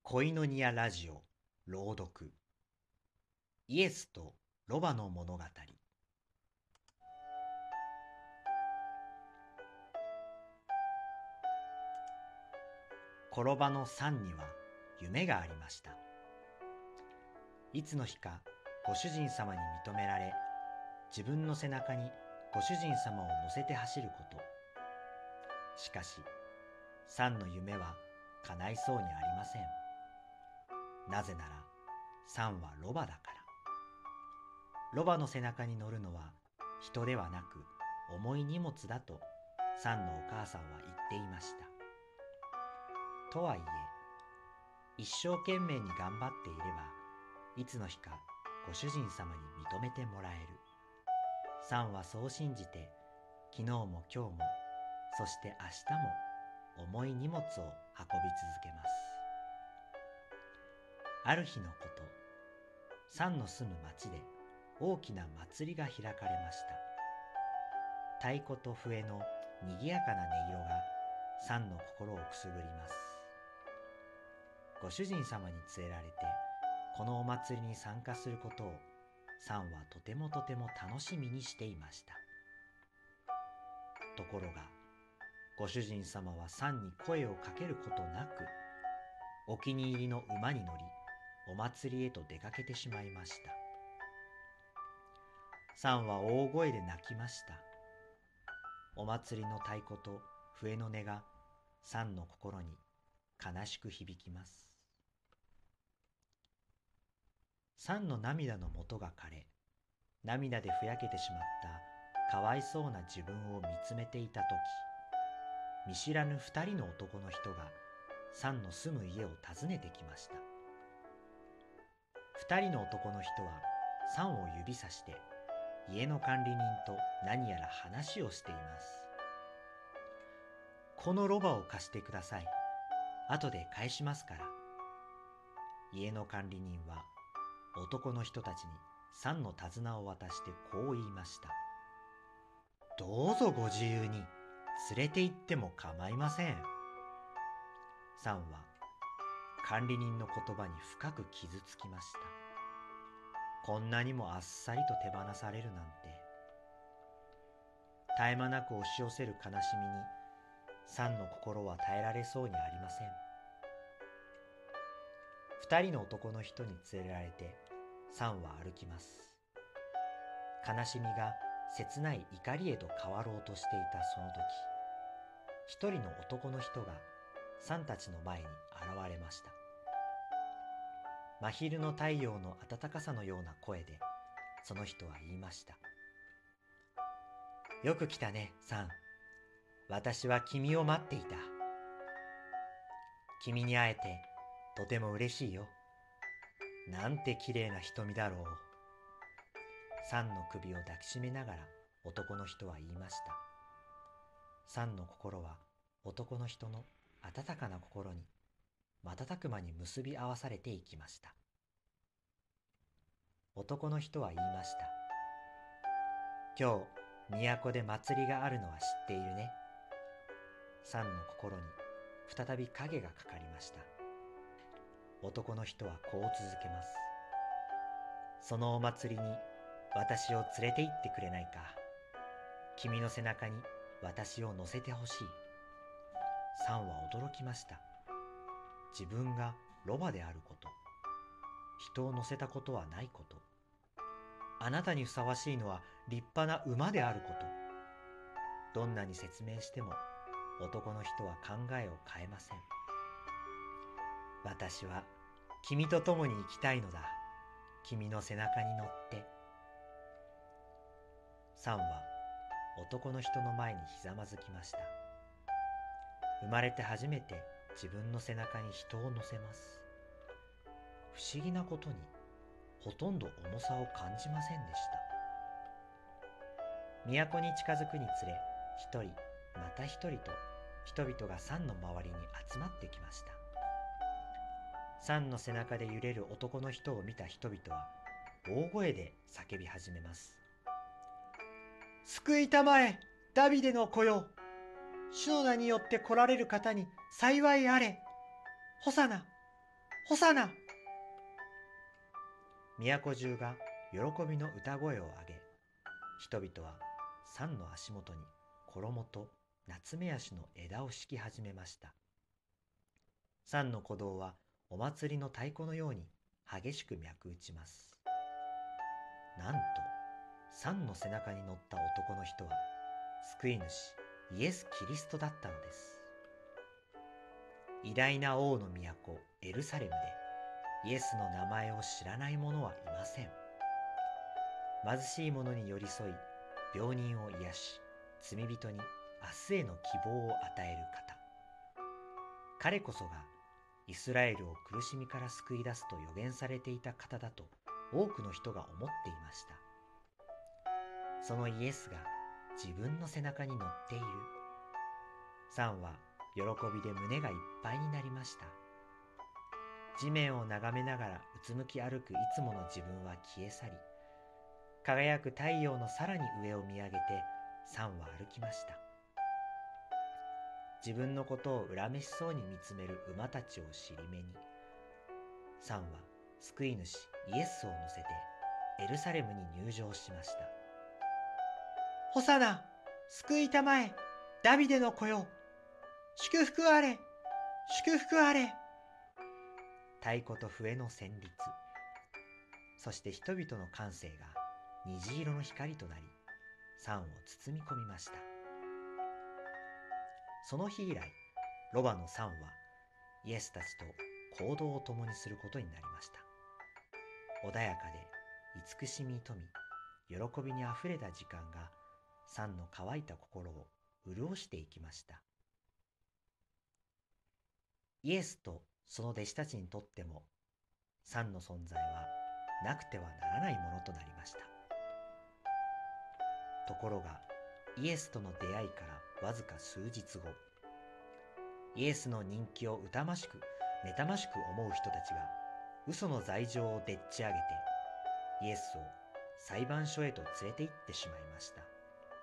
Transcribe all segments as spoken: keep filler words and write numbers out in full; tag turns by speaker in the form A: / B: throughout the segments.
A: 恋のニアラジオ朗読イエスとロバの物語。転ばのサンには夢がありました。いつの日かご主人様に認められ、自分の背中にご主人様を乗せて走ること。しかしサンの夢は叶いそうにありません。なぜならサンはロバだから。ロバの背中に乗るのは人ではなく重い荷物だとサンのお母さんは言っていました。とはいえ、一生懸命に頑張っていれば、いつの日かご主人様に認めてもらえる。サンはそう信じて、昨日も今日も、そして明日も重い荷物を運び続けます。ある日のこと、サンの住む町で大きな祭りが開かれました。太鼓と笛のにぎやかな音色がサンの心をくすぐります。ご主人様に連れられてこのお祭りに参加することをサンはとてもとても楽しみにしていました。ところがご主人様はサンに声をかけることなく、お気に入りの馬に乗りお祭りへと出かけてしまいました。サンは大声で泣きました。お祭りの太鼓と笛の音がサンの心に悲しく響きます。サンの涙の元が枯れ、涙でふやけてしまったかわいそうな自分を見つめていたとき、見知らぬ二人の男の人がサンの住む家を訪ねてきました。二人の男の人はサンを指さして家の管理人と何やら話をしています。このロバを貸してください。後で返しますから。家の管理人は男の人たちにサンの手綱を渡してこう言いました。どうぞご自由に連れて行っても構いません。サンは管理人の言葉に深く傷つきました。こんなにもあっさりと手放されるなんて。絶え間なく押し寄せる悲しみにサンの心は耐えられそうにありません。二人の男の人に連れられてサンは歩きます。悲しみが切ない怒りへと変わろうとしていたその時、一人の男の人がサンたちの前に現れました。真昼の太陽の暖かさのような声でその人は言いました。よく来たね、サン。私は君を待っていた。君に会えてとても嬉しいよ。なんて綺麗な瞳だろう。サンの首を抱きしめながら男の人は言いました。サンの心は男の人の温かな心に瞬く間に結び合わされていきました。男の人は言いました。今日都で祭りがあるのは知っているね。サンの心に再び影がかかりました。男の人はこう続けます。そのお祭りに私を連れて行ってくれないか。君の背中に私を乗せてほしい。サンは驚きました。自分がロバであること、人を乗せたことはないこと、あなたにふさわしいのは立派な馬であること、どんなに説明しても男の人は考えを変えません。私は君と共に生きたいのだ。君の背中に乗って。サンは男の人の前にひざまずきました。生まれて初めて自分の背中に人を乗せます。不思議なことにほとんど重さを感じませんでした。都に近づくにつれ、一人また一人と人々がサンの周りに集まってきました。サンの背中で揺れる男の人を見た人々は大声で叫び始めます。救いたまえ、ダビデの子よ。主の名によって来られる方に幸いあれ。ホサナ、 ホサナ。都中が喜びの歌声を上げ、人々は山の足元に衣と夏目足の枝を敷き始めました。山の鼓動はお祭りの太鼓のように激しく脈打ちます。なんと、山の背中に乗った男の人は救い主イエス・キリストだったのです。偉大な王の都エルサレムでイエスの名前を知らない者はいません。貧しい者に寄り添い、病人を癒し、罪人に明日への希望を与える方。彼こそがイスラエルを苦しみから救い出すと予言されていた方だと多くの人が思っていました。そのイエスが自分の背中に乗っている。サンは喜びで胸がいっぱいになりました。地面を眺めながらうつむき歩くいつもの自分は消え去り、輝く太陽のさらに上を見上げてサンは歩きました。自分のことを恨めしそうに見つめる馬たちを尻目に、サンは救い主イエスを乗せてエルサレムに入場しました。ホサナ、救いたまえ、ダビデの子よ、祝福あれ、祝福あれ。太鼓と笛の旋律、そして人々の感性が虹色の光となり、サンを包み込みました。その日以来、ロバのサンはイエスたちと行動を共にすることになりました。穏やかで慈しみとみ、喜びにあふれた時間がサンの乾いた心を潤していきました。イエスとその弟子たちにとっても、サンの存在はなくてはならないものとなりました。ところが、イエスとの出会いからわずか数日後、イエスの人気を疑ましく、妬ましく思う人たちが嘘の罪状をでっち上げて、イエスを裁判所へと連れて行ってしまいました。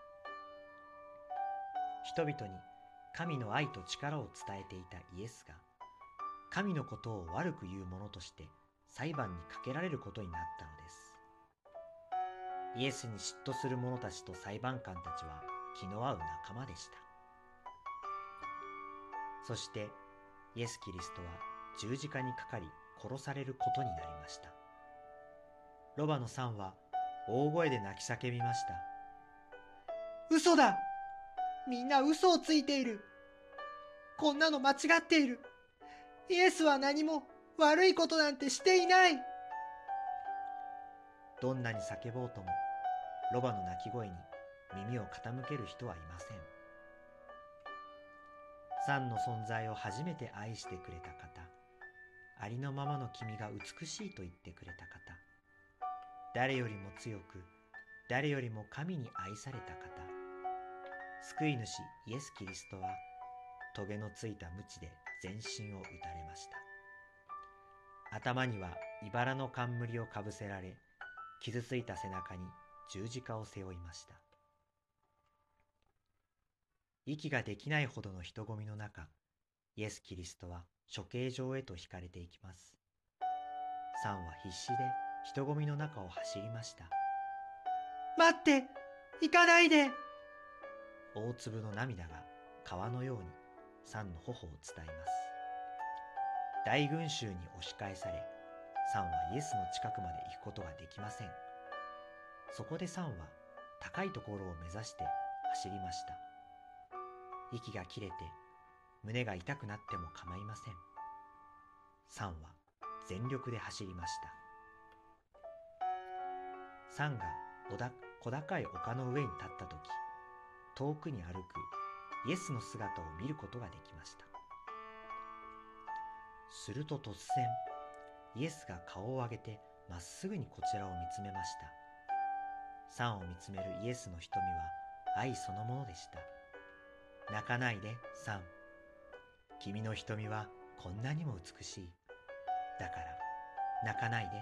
A: 人々に神の愛と力を伝えていたイエスが、神のことを悪く言う者として裁判にかけられることになったのです。イエスに嫉妬する者たちと裁判官たちは気の合う仲間でした。そしてイエス・キリストは十字架にかかり殺されることになりました。ロバのサンは大声で泣き叫びました。嘘だ！みんな嘘をついている。こんなの間違っている。イエスは何も悪いことなんてしていない。どんなに叫ぼうとも、ロバの鳴き声に耳を傾ける人はいません。サンの存在を初めて愛してくれた方、ありのままの君が美しいと言ってくれた方、誰よりも強く、誰よりも神に愛された方、救い主イエス・キリストはトゲのついた鞭で全身を打たれました。頭には茨の冠をかぶせられ、傷ついた背中に十字架を背負いました。息ができないほどの人混みの中、イエス・キリストは処刑場へと引かれていきます。サンは必死で人混みの中を走りました。待って、行かないで。大粒の涙が川のようにサンの頬を伝います。大群衆に押し返され、サンはイエスの近くまで行くことができません。そこでサンは高いところを目指して走りました。息が切れて胸が痛くなっても構いません。サンは全力で走りました。サンが小高い丘の上に立ったとき、遠くに歩くイエスの姿を見ることができました。すると突然、イエスが顔を上げてまっすぐにこちらを見つめました。サンを見つめるイエスの瞳は愛そのものでした。泣かないで、サン。君の瞳はこんなにも美しい。だから泣かないで。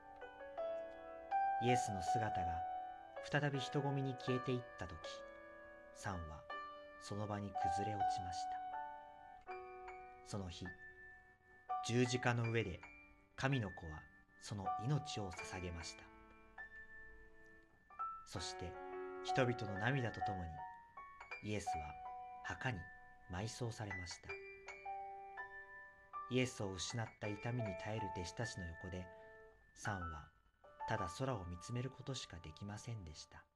A: イエスの姿が再び人混みに消えていったとき、サンはその場に崩れ落ちました。その日、十字架の上で神の子はその命を捧げました。そして人々の涙とともにイエスは墓に埋葬されました。イエスを失った痛みに耐える弟子たちの横で、サンはただ空を見つめることしかできませんでした。